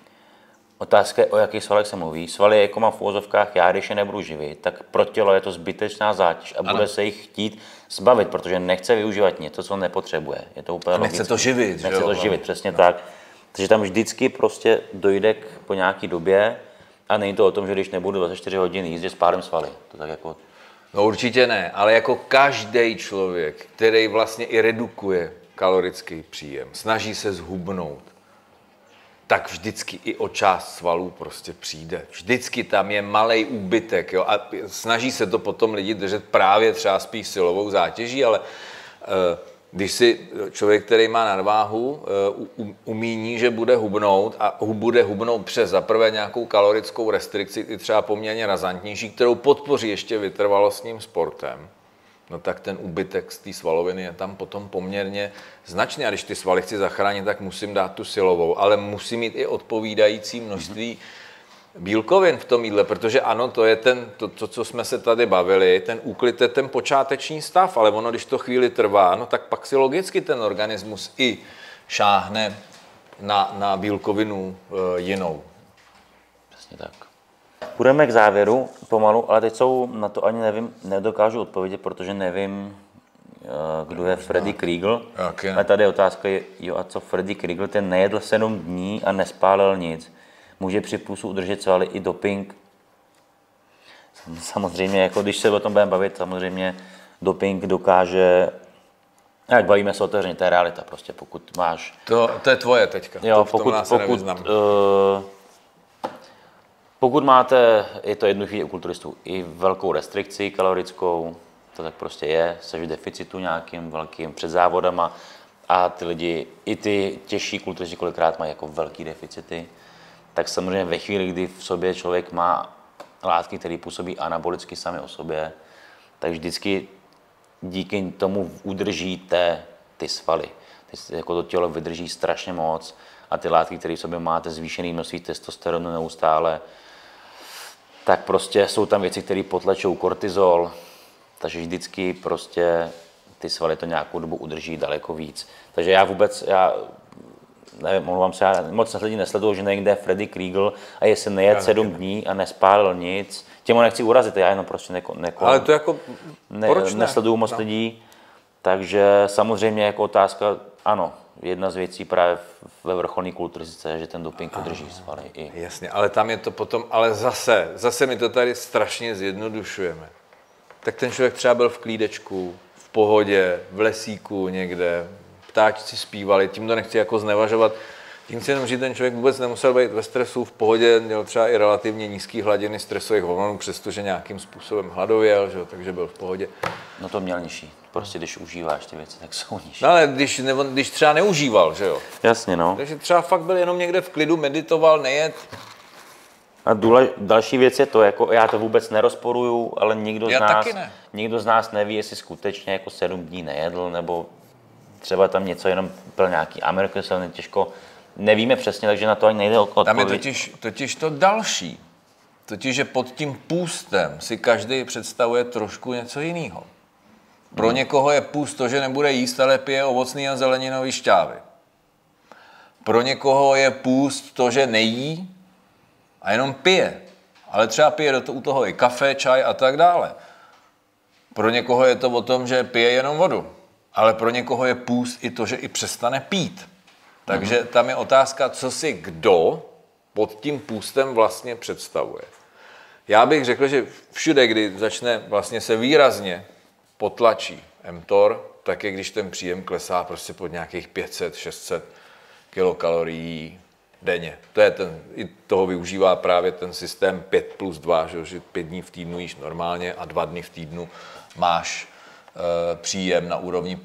otázka je, o jakých svalech se mluví. Svaly, jako mám v uvozovkách já, když je nebudu živit, tak pro tělo je to zbytečná zátěž a bude se jich chtít zbavit, protože nechce využívat něco, co nepotřebuje. Je to úplně logické. Nechce to živit. Nechce to živit, přesně tak. Takže tam vždycky prostě dojde po nějaký době a není to o tom, že když nebudu 24 hodin jíst, že spálím svaly. To tak jako... No určitě ne, ale jako každý člověk, který vlastně i redukuje kalorický příjem, snaží se zhubnout, tak vždycky i o část svalů prostě přijde. Vždycky tam je malej úbytek, jo? A snaží se to potom lidi držet právě třeba spíš silovou zátěží, ale když si člověk, který má nadváhu, umíní, že bude hubnout a bude hubnout přes zaprvé nějakou kalorickou restrikci, i třeba poměrně razantnější, kterou podpoří ještě vytrvalostním sportem, no tak ten úbytek z té svaloviny je tam potom poměrně značný. A když ty svaly chci zachránit, tak musím dát tu silovou, ale musím mít i odpovídající množství bílkovin v tom jídle, protože ano, to je to, co jsme se tady bavili, ten úklid je ten počáteční stav, ale ono, když to chvíli trvá, no tak pak si logicky ten organismus i šáhne na bílkovinu jinou. Přesně tak. Půjdeme k závěru pomalu, ale teď jsou na to ani nevím, nedokážu odpovědět, protože nevím, kdo je Freddy Kriegel. A tady je otázka, jo, a co Freddy Kriegel, ten nejedl 7 dní a nespálil nic. Může při půstu udržet svaly i doping. Samozřejmě, jako když se o tom budeme bavit, samozřejmě doping dokáže, jak bavíme se otevřeně, to je realita prostě, pokud máš... To je tvoje teďka, jo, pokud máte, je to jednoduchý u kulturistů, i velkou restrikci kalorickou, to tak prostě je, jsi v deficitu nějakým velkým před závodama a ty lidi, i ty těžší kulturisti kolikrát mají jako velký deficity, tak samozřejmě ve chvíli, kdy v sobě člověk má látky, které působí anabolicky sami o sobě, tak vždycky díky tomu udržíte ty svaly. Jako to tělo vydrží strašně moc a ty látky, které v sobě máte, zvýšené množství testosteronu neustále, tak prostě jsou tam věci, které potlačují kortizol, takže vždycky prostě ty svaly to nějakou dobu udrží daleko víc. Takže já nevím, omlouvám se, já moc lidí nesleduju, že někde je Freddy Kriegel a jestli nejet 7 dní a nespálil nic, těm ho nechci urazit, já jenom prostě ale to jako, nesleduju moc lidí, takže samozřejmě jako otázka, ano, jedna z věcí právě ve vrcholné kulturistice je, že ten doping udrží svaly. Jasně, ale tam je to potom, ale zase my to tady strašně zjednodušujeme. Tak ten člověk třeba byl v klídečku, v pohodě, v lesíku někde, ptáčci zpívali, tím to nechci jako znevažovat. Tím si jenom, že ten člověk vůbec nemusel být ve stresu, v pohodě, měl třeba i relativně nízký hladiny stresových hormonů, přestože nějakým způsobem hladověl, že? Takže byl v pohodě. No to měl nižší. Prostě když užíváš ty věci, tak jsou nižší. No ale když třeba neužíval, že jo? Jasně, no. Takže třeba fakt byl jenom někde v klidu, meditoval, nejet. A další věc je to, jako já to vůbec nerozporuju, ale nikdo z nás neví, jestli skutečně jako 7 dní nejedl, nebo třeba tam něco jenom byl nějaký aminokyseliny, těžko nevíme přesně, takže na to ani nejde odpověď. Tam je totiž to další. Totiž, že pod tím půstem si každý představuje trošku něco jiného. Pro někoho je půst to, že nebude jíst, ale pije ovocný a zeleninový šťávy. Pro někoho je půst to, že nejí a jenom pije. Ale třeba pije u toho i kafe, čaj a tak dále. Pro někoho je to o tom, že pije jenom vodu. Ale pro někoho je půst i to, že i přestane pít. Takže tam je otázka, co si kdo pod tím půstem vlastně představuje. Já bych řekl, že všude, kdy začne vlastně se výrazně potlačí mTOR, tak je, když ten příjem klesá prostě pod nějakých 500-600 kilokalorií denně. To je i toho využívá právě ten systém 5+2, že 5 dní v týdnu jíš normálně a 2 dny v týdnu máš příjem na úrovni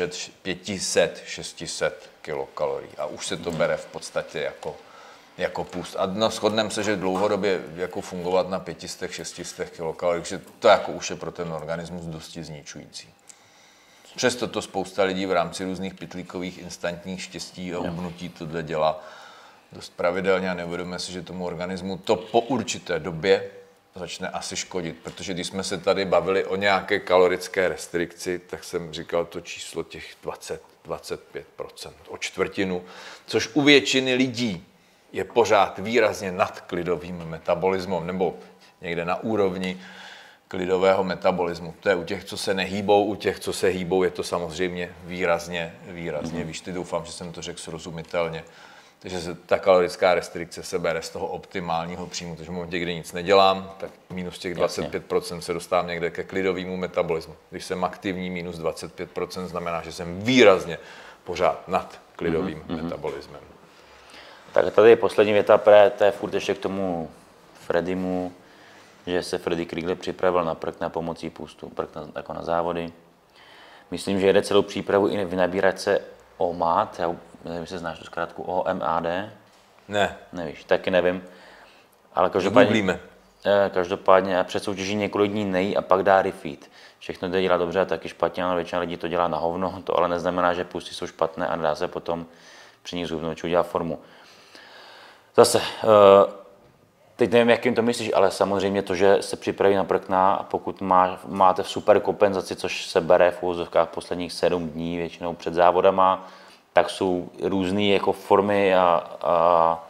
500-600 kilokalorií. A už se to bere v podstatě jako půst. A shodneme se, že dlouhodobě jako fungovat na 500-600 kilokalorií, že to jako už je pro ten organismus dosti zničující. Přesto to spousta lidí v rámci různých pytlíkových instantních štěstí a ubnutí tohle dělá dost pravidelně a neuvědomíme si, že tomu organismu to po určité době začne asi škodit. Protože když jsme se tady bavili o nějaké kalorické restrikci, tak jsem říkal to číslo těch 20-25%, o čtvrtinu, což u většiny lidí je pořád výrazně nad klidovým metabolismem, nebo někde na úrovni klidového metabolismu. To je u těch, co se nehýbou, u těch, co se hýbou, je to samozřejmě výrazně výš. Ty doufám, že jsem to řekl srozumitelně. Takže ta kalorická restrikce se bere z toho optimálního příjmu. Takže v momentě, kdy nic nedělám, tak minus těch 25% se dostávám někde ke klidovému metabolismu. Když jsem aktivní, minus 25% znamená, že jsem výrazně pořád nad klidovým metabolismem. Tak tady je poslední věta, to je furt ještě k tomu Freddymu, že se Freddy Kriegler připravil na prk na pomocí půstu, prk jako na závody. Myslím, že jede celou přípravu i v nabíračce OMAD, já nevím, jestli znáš tu zkrátku OMAD. Ne. Nevíš, taky nevím. Ale každopádně před soutěží několik dní nejí a pak dá refeed. Všechno to dělá dobře a taky špatně, ale většina lidí to dělá na hovno. To ale neznamená, že půsty jsou špatné a dá se potom při nich zhubnout, či udělat formu. Zase, teď nevím, jak jim to myslíš, ale samozřejmě to, že se připraví na prkna, pokud máte v super kompenzaci, což se bere v uvozovkách posledních 7 dní, většinou před závodama, tak jsou různé jako formy a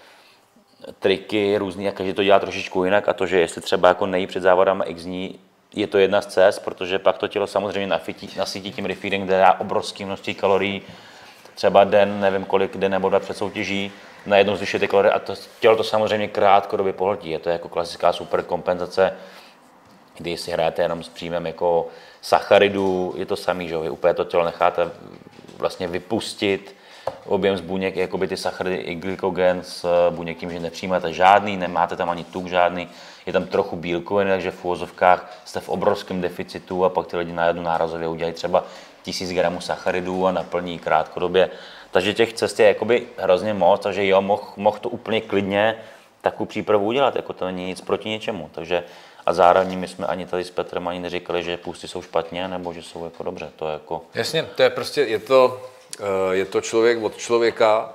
triky, různý, a každý to dělá trošičku jinak a to, že jestli třeba jako nejí před závodama x dní, je to jedna z cest, protože pak to tělo samozřejmě nasytí tím refeedem, kde dá obrovské množství kalorií, třeba den, nevím kolik, den nebo 2 před soutěží, najednou zvyšuje ty kalorie a to tělo to samozřejmě krátkodobě pohltí. Je to jako klasická superkompenzace, kdy si hrajete jenom s příjmem jako sacharidů, je to samý, že vy úplně to tělo necháte vlastně vypustit objem z buněk, jakoby ty sacharidy i glykogen s buněk tím, že nepřijímáte žádný, nemáte tam ani tuk žádný, je tam trochu bílkoviny, takže v uvozovkách jste v obrovském deficitu a pak ty lidi najednou nárazově udělají třeba 1000 gramů sacharidů a naplní krátkodobě. Takže těch cest je jakoby hrozně moc, takže jo, mohl to úplně klidně takovou přípravu udělat, jako to není nic proti něčemu. Takže a zároveň my jsme ani tady s Petrem ani neříkali, že půsty jsou špatně, nebo že jsou jako dobře. To je jako... Jasně, to je prostě, je to člověk od člověka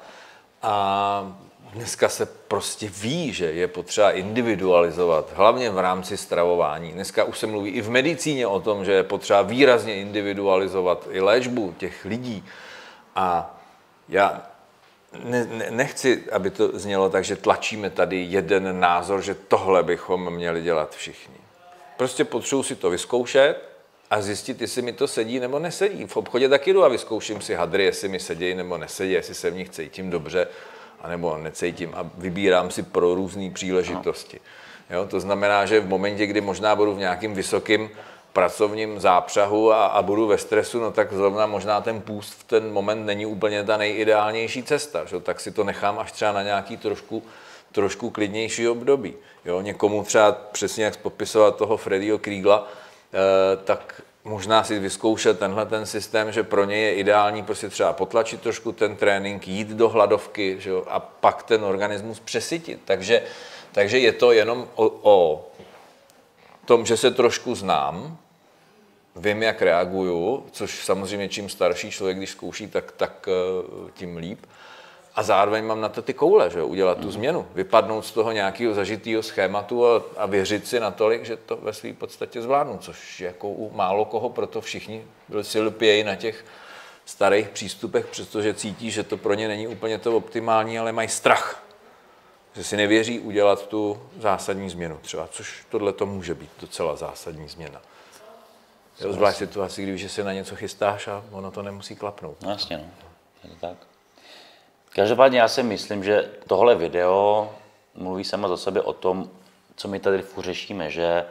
a dneska se prostě ví, že je potřeba individualizovat, hlavně v rámci stravování. Dneska už se mluví i v medicíně o tom, že je potřeba výrazně individualizovat i léčbu těch lidí. A já nechci, aby to znělo tak, že tlačíme tady jeden názor, že tohle bychom měli dělat všichni. Prostě potřebuji si to vyzkoušet a zjistit, jestli mi to sedí nebo nesedí. V obchodě taky jdu a vyzkouším si hadry, jestli mi sedí nebo nesedí, jestli se v nich cítím dobře, anebo necítím a vybírám si pro různé příležitosti. Jo, to znamená, že v momentě, kdy možná budu v nějakým vysokým pracovním zápřahu a budu ve stresu, no tak zrovna možná ten půst v ten moment není úplně ta nejideálnější cesta, že? Tak si to nechám až třeba na nějaký trošku klidnější období. Jo? Někomu třeba přesně jak popisovat toho Freddyho Kriegla, tak možná si vyzkoušet tenhle ten systém, že pro něj je ideální prostě třeba potlačit trošku ten trénink, jít do hladovky, že? A pak ten organismus přesytit. Takže je to jenom o tom, že se trošku znám, vím, jak reaguju, což samozřejmě čím starší člověk, když zkouší, tak tím líp. A zároveň mám na to ty koule, že jo, udělat tu změnu, vypadnout z toho nějakého zažitého schématu a věřit si natolik, že to ve své podstatě zvládnu, což jako u málo koho, proto všichni si lpějí na těch starých přístupech, přestože cítí, že to pro ně není úplně to optimální, ale mají strach, že si nevěří udělat tu zásadní změnu třeba, což tohle to může být docela zásadní změna. Zvlášť situaci, když se na něco chystáš a ono to nemusí klapnout. No jasně, no. Je to tak. Každopádně já si myslím, že tohle video mluví sama za sebe o tom, co my tady furt řešíme, že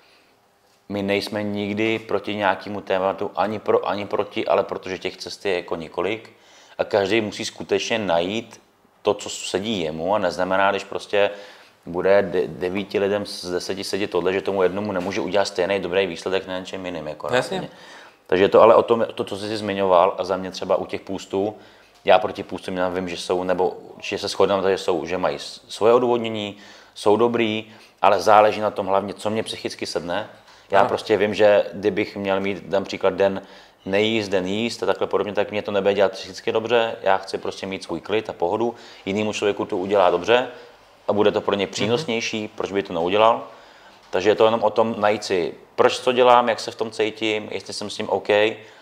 my nejsme nikdy proti nějakému tématu, ani pro, ani proti, ale protože těch cest je jako několik a každý musí skutečně najít to, co sedí jemu a neznamená, když prostě bude 9 lidem z 10 sedět tohle, že tomu jednomu nemůže udělat stejný dobrý výsledek na něčem jiným. Jako Jasně. Takže je to ale o tom, to, co jsi zmiňoval a za mě třeba u těch půstů, já proti půstům vím, že jsou, nebo určitě se shodneme, že jsou, že mají svoje odůvodnění, jsou dobrý, ale záleží na tom hlavně, co mě psychicky sedne. Já prostě vím, že kdybych měl mít, dám příklad, den nejíst, den jíst a takhle podobně, tak mě to nebude dělat psychicky dobře. Já chci prostě mít svůj klid a pohodu. Jinému člověku to udělá dobře a bude to pro ně přínosnější, proč by to neudělal. Takže je to jenom o tom najít si, proč to dělám, jak se v tom cítím, jestli jsem s tím OK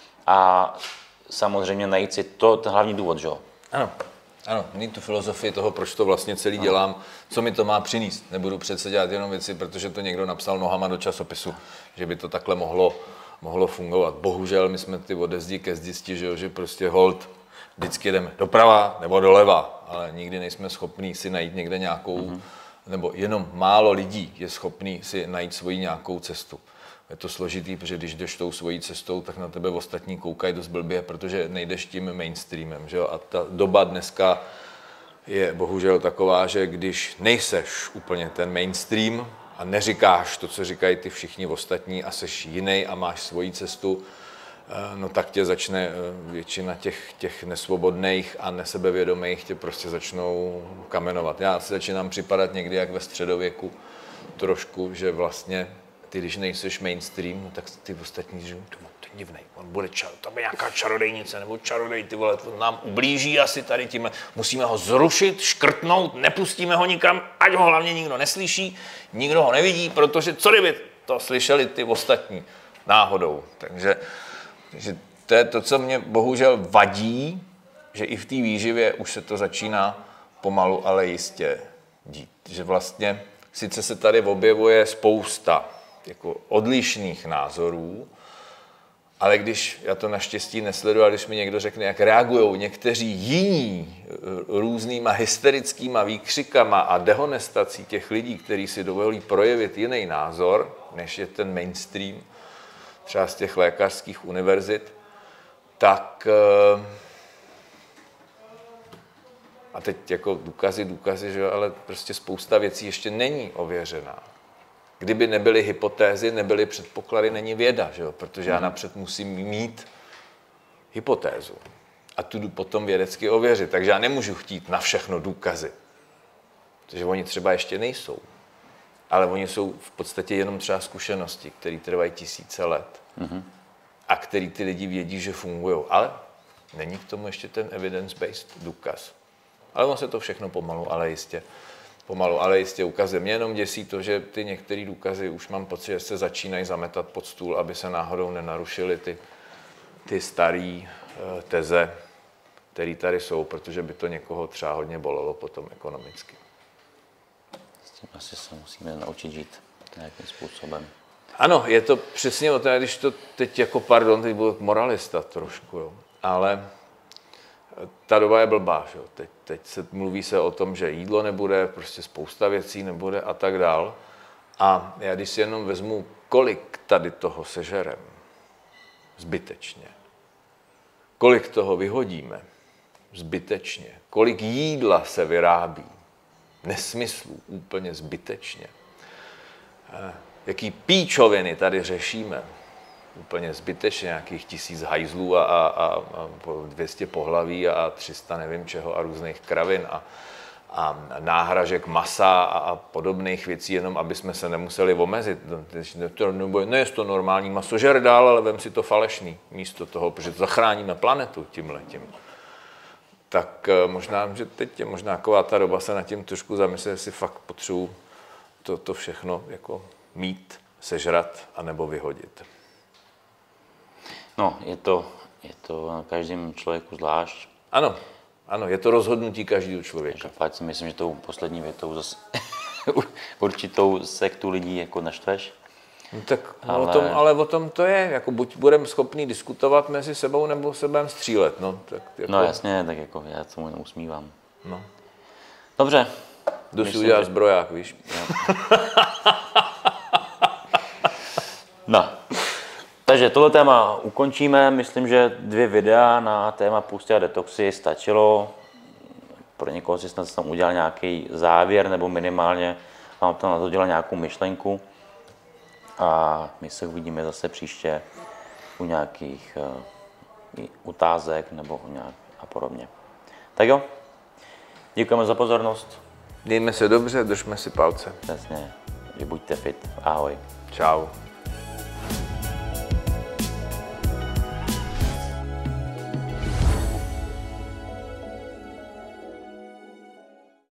a samozřejmě najít si ten hlavní důvod, že jo? Ano, mít tu filozofii toho, proč to vlastně celý dělám, co mi to má přinést. Nebudu přece dělat jenom věci, protože to někdo napsal nohama do časopisu, že by to takhle mohlo fungovat. Bohužel my jsme ty ode zdi ke zdi, že prostě hold, vždycky jdeme doprava nebo doleva, ale nikdy nejsme schopní si najít někde nějakou, nebo jenom málo lidí je schopný si najít svoji nějakou cestu. Je to složitý, protože když jdeš tou svojí cestou, tak na tebe ostatní koukají dost blbě, protože nejdeš tím mainstreamem. Že jo? A ta doba dneska je bohužel taková, že když nejseš úplně ten mainstream a neříkáš to, co říkají ty všichni ostatní a seš jiný a máš svoji cestu, no tak tě začne většina těch nesvobodných a nesebevědomých tě prostě začnou kamenovat. Já si začínám připadat někdy jak ve středověku trošku, že vlastně ty, když nejseš mainstream, no tak ty ostatní říkají, to je divnej, on bude tam je nějaká čarodejnice nebo čarodej, ty vole, on nám ublíží asi tady tímhle, musíme ho zrušit, škrtnout, nepustíme ho nikam, ať ho hlavně nikdo neslyší, nikdo ho nevidí, protože co kdyby to slyšeli ty ostatní náhodou. Takže to je to, co mě bohužel vadí, že i v té výživě už se to začíná pomalu, ale jistě dít. Že vlastně sice se tady objevuje spousta jako odlišných názorů, ale když, já to naštěstí nesleduji, ale když mi někdo řekne, jak reagují někteří jiní různýma hysterickýma výkřikama a dehonestací těch lidí, kteří si dovolí projevit jiný názor, než je ten mainstream, třeba z těch lékařských univerzit, tak a teď jako důkazy, že ale prostě spousta věcí ještě není ověřená. Kdyby nebyly hypotézy, nebyly předpoklady, není věda, že jo? Protože já napřed musím mít hypotézu a tu potom vědecky ověřit. Takže já nemůžu chtít na všechno důkazy, protože oni třeba ještě nejsou. Ale oni jsou v podstatě jenom třeba zkušenosti, které trvají tisíce let a který ty lidi vědí, že fungují. Ale není k tomu ještě ten evidence-based důkaz. Ale on se to všechno pomalu, ale jistě ukazuje. Mě jenom děsí to, že ty některé důkazy už mám pocit, že se začínají zametat pod stůl, aby se náhodou nenarušily ty staré teze, které tady jsou, protože by to někoho třeba hodně bolelo potom ekonomicky. S tím asi se musíme naučit žít nějakým způsobem. Ano, je to přesně o tom, když to teď jako, teď budu moralista trošku, jo, ale ta doba je blbá, že jo. Teď se mluví o tom, že jídlo nebude, prostě spousta věcí nebude a tak dál. A já když si jenom vezmu, kolik tady toho sežerem zbytečně, kolik toho vyhodíme zbytečně, kolik jídla se vyrábí, nesmyslů úplně zbytečně, jaký píčoviny tady řešíme, úplně zbytečně, nějakých 1000 hajzlů a 200 pohlaví a 300 nevím čeho a různých kravin a náhražek masa a podobných věcí, jenom aby jsme se nemuseli omezit. Ne, je to normální maso, žer dál, ale vem si to falešný místo toho, protože zachráníme planetu tímhletím. tak možná, že teď je možná taková ta doba se nad tím trošku zamyslet, jestli fakt potřebuji to všechno jako mít, sežrat, anebo vyhodit. No, je to na každém člověku zvlášť. Ano, je to rozhodnutí každého člověka. Takže fakt si myslím, že tou poslední větou zase určitou sektu lidí jako naštveš. No tak ale o tom to je, jako buď budeme schopni diskutovat mezi sebou, nebo se budeme střílet, no. Tak jako... No jasně, tak jako já tomu neusmívám. No. Dobře. Jdu si udělat zbroják, víš. No. Takže tohle téma ukončíme. Myslím, že 2 videa na téma pusty a detoxy stačilo. Pro někoho si snad tam udělal nějaký závěr, nebo minimálně vám to na to dělal nějakou myšlenku. A my se uvidíme zase příště u nějakých otázek nebo nějak a podobně. Tak jo, děkujeme za pozornost. Mějme se dobře, držme si palce. Přesně, buďte fit. Ahoj. Čau.